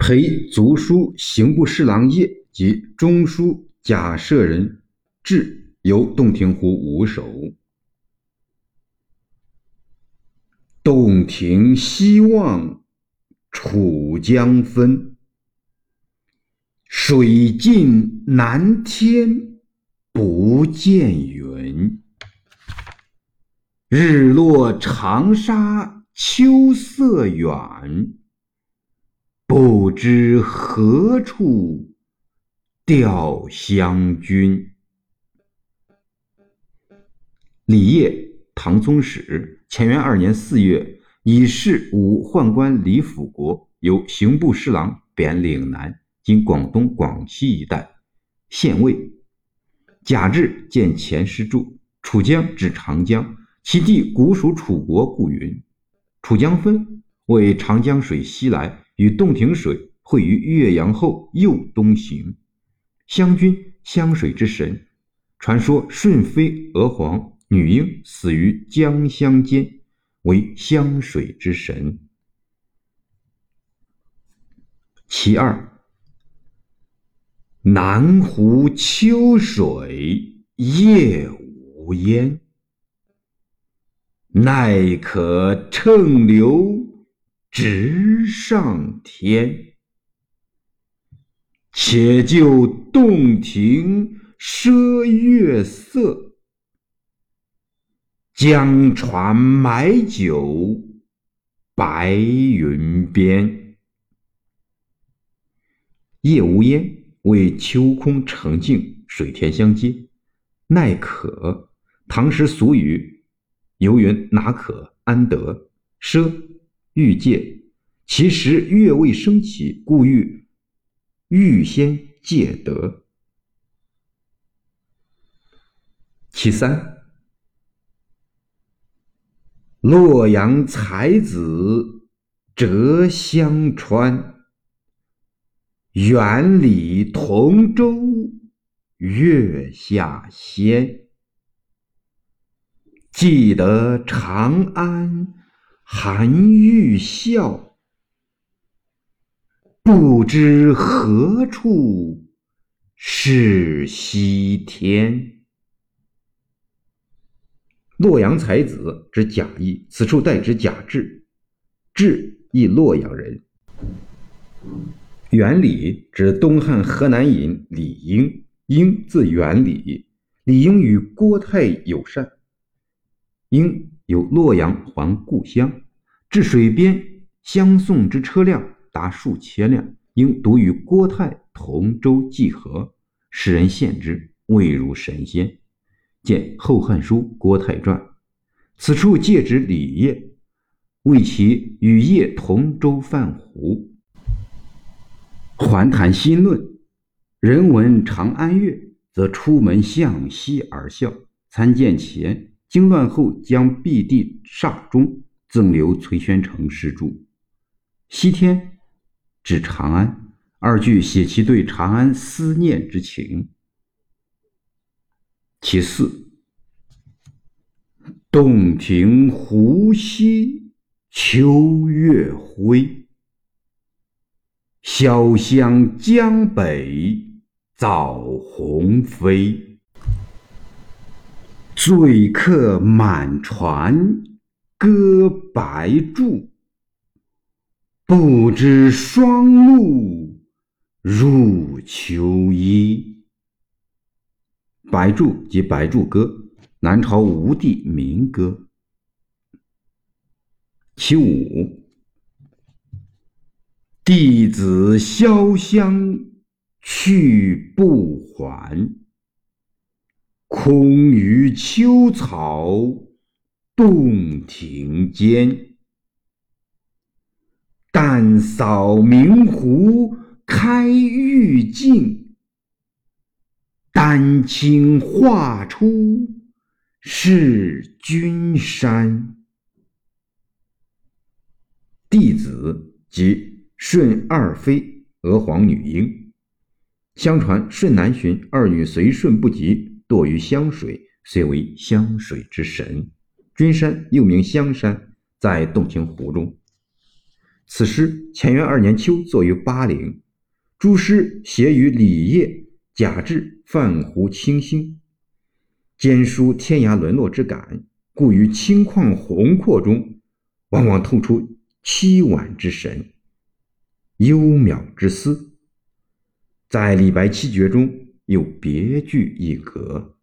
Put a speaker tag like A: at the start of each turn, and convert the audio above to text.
A: 陪族书刑部侍郎叶及中书假舍人质由洞庭湖5首。洞庭西望楚江分，水尽南天不见云。日落长沙秋色远，不知何处钓湘君。李晔，唐宗室，乾元2年4月，以示武宦官李辅国由刑部侍郎贬岭南（今广东广西一带）县尉。贾至见前师注，楚江指长江，其地古属楚国，故云。楚江分为长江水西来，与洞庭水汇于岳阳后右东行。湘君，湘水之神，传说顺妃娥皇、女婴死于江湘间，为湘水之神。其二，南湖秋水夜无烟，奈可乘流直上天。且就洞庭赊月色，江船买酒白云边。夜无烟为秋空澄净，水天相接。奈可，唐时俗语，游云哪可安得。赊，欲借，其时月未升起，故欲先借得。其三，洛阳才子折香川，远里同舟月下仙。记得长安韩愈笑，不知何处是西天。洛阳才子指贾谊，此处代指贾至，至亦洛阳人。元礼指东汉河南尹李应，应字元礼。李应与郭泰友善，应有洛阳还故乡，至水边相送之车辆达数千辆，应独与郭泰同舟济河，世人羡之，谓如神仙。见《后汉书·郭泰传》。此处借指李晔，为其与晔同舟泛湖。还谈新论，人闻长安月，则出门向西而笑。参见前，经乱后将毕地煞中赠留崔宣成诗注。西天指长安，二句写其对长安思念之情。其四，洞庭湖西秋月辉，潇湘江北早鸿飞。醉客满船歌白柱，不知霜露入秋衣。白柱即白柱歌，南朝吴地民歌。其五，弟子潇湘去不还，空余秋草洞庭间。但扫明湖开玉镜，丹青画出是君山。弟子即舜二妃娥皇女英。相传舜南巡，二女随舜不及，堕于湘水，遂为湘水之神。君山又名香山，在洞庭湖中。 此诗乾元2年秋作于巴陵，诸诗写于李业、贾至、泛湖清新，兼抒天涯沦落之感，故于清旷宏阔中，往往透出凄婉之神、幽渺之思，在李白七绝中有别具一格。